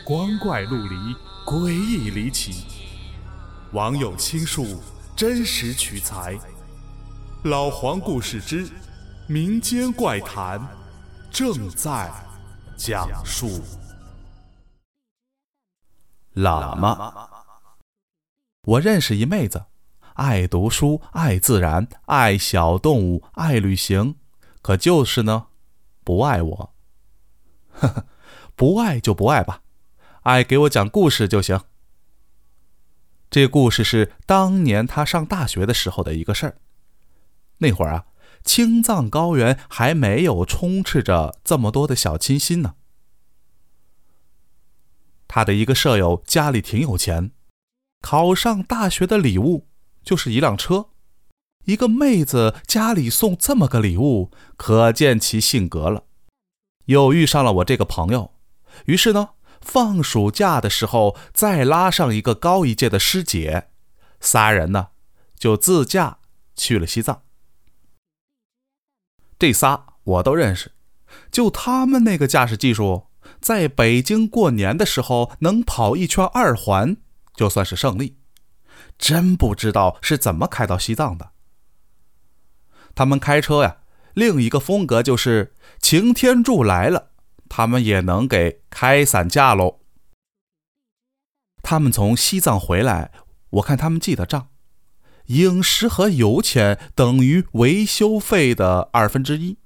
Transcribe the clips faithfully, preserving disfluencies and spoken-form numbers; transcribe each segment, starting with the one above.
光怪陆离，诡异离奇。网友倾述，真实取材。老黄故事之民间怪谈正在讲述。 喇嘛。我认识一妹子，爱读书，爱自然，爱小动物，爱旅行，可就是呢，不爱我。呵呵，不爱就不爱吧，爱给我讲故事就行。这故事是当年他上大学的时候的一个事儿。那会儿啊，青藏高原还没有充斥着这么多的小清新呢。他的一个舍友家里挺有钱，考上大学的礼物就是一辆车。一个妹子家里送这么个礼物，可见其性格了。又遇上了我这个朋友，于是呢，放暑假的时候再拉上一个高一届的师姐，仨人呢就自驾去了西藏。这仨我都认识，就他们那个驾驶技术，在北京过年的时候能跑一圈二环就算是胜利。真不知道是怎么开到西藏的。他们开车呀，另一个风格就是擎天柱来了，他们也能给开散架喽。他们从西藏回来，我看他们记的账，饮食和油钱等于维修费的二分之一。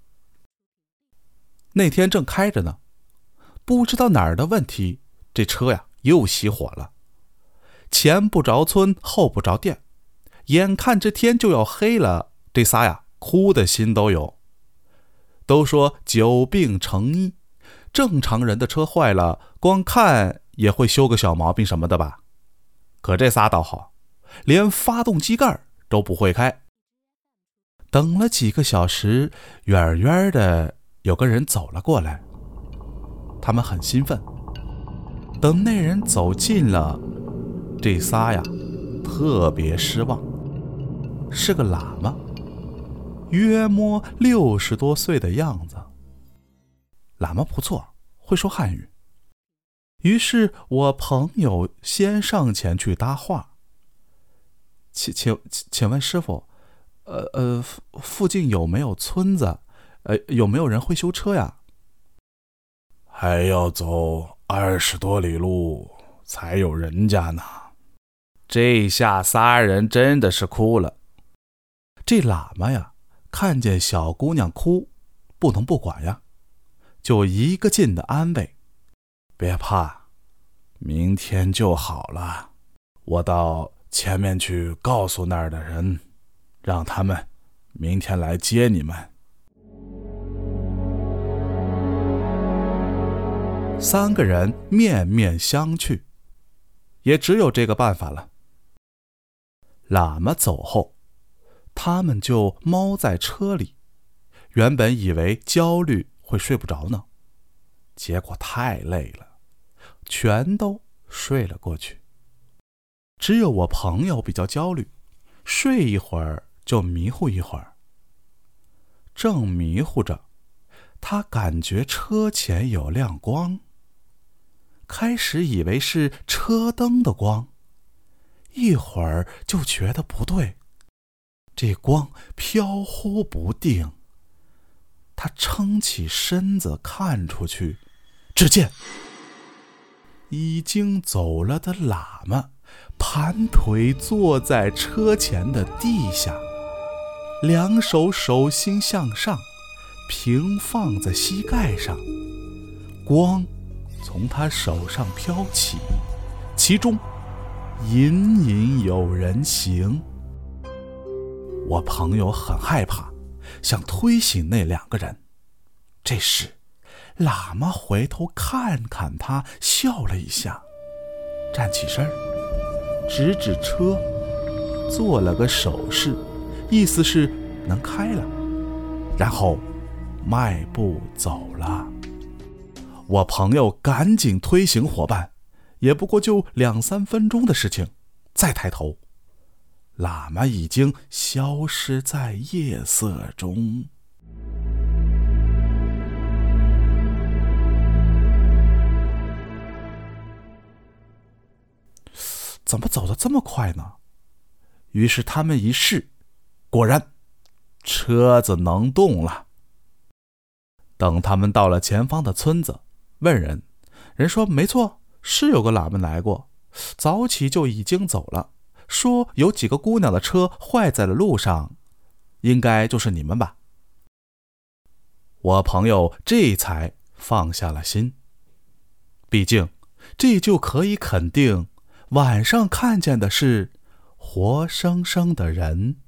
那天正开着呢，不知道哪儿的问题，这车呀又熄火了。前不着村后不着店，眼看这天就要黑了，这仨呀哭的心都有。都说久病成医，正常人的车坏了，光看也会修个小毛病什么的吧。可这仨倒好，连发动机盖都不会开。等了几个小时，远远的有个人走了过来，他们很兴奋。等那人走近了，这仨呀特别失望，是个喇嘛，约摸六十多岁的样子。喇嘛不错，会说汉语。于是我朋友先上前去搭话。请请请问师傅，呃呃，附近有没有村子？呃，有没有人会修车呀？ 还要走二十多里路才有人家呢。 这下仨人真的是哭了。这喇嘛呀，看见小姑娘哭，不能不管呀，就一个劲的安慰： 别怕，明天就好了。我到前面去告诉那儿的人，让他们明天来接你们。 三个人面面相觑，也只有这个办法了。喇嘛走后，他们就猫在车里，原本以为焦虑会睡不着呢，结果太累了，全都睡了过去。只有我朋友比较焦虑，睡一会儿就迷糊一会儿。正迷糊着，他感觉车前有亮光，开始以为是车灯的光，一会儿就觉得不对，这光飘忽不定。他撑起身子看出去，只见已经走了的喇嘛盘腿坐在车前的地下，两手手心向上，平放在膝盖上，光从他手上飘起，其中隐隐有人形。我朋友很害怕，想推醒那两个人。这时喇嘛回头看看他，笑了一下，站起身，指指车，做了个手势，意思是能开了，然后迈步走了。我朋友赶紧推醒伙伴，也不过就两三分钟的事情，再抬头，喇嘛已经消失在夜色中。 怎么走得这么快呢？于是他们一试，果然车子能动了。等他们到了前方的村子，问人，人说没错，是有个喇嘛来过，早起就已经走了，说有几个姑娘的车坏在了路上，应该就是你们吧。我朋友这才放下了心，毕竟这就可以肯定，晚上看见的是活生生的人。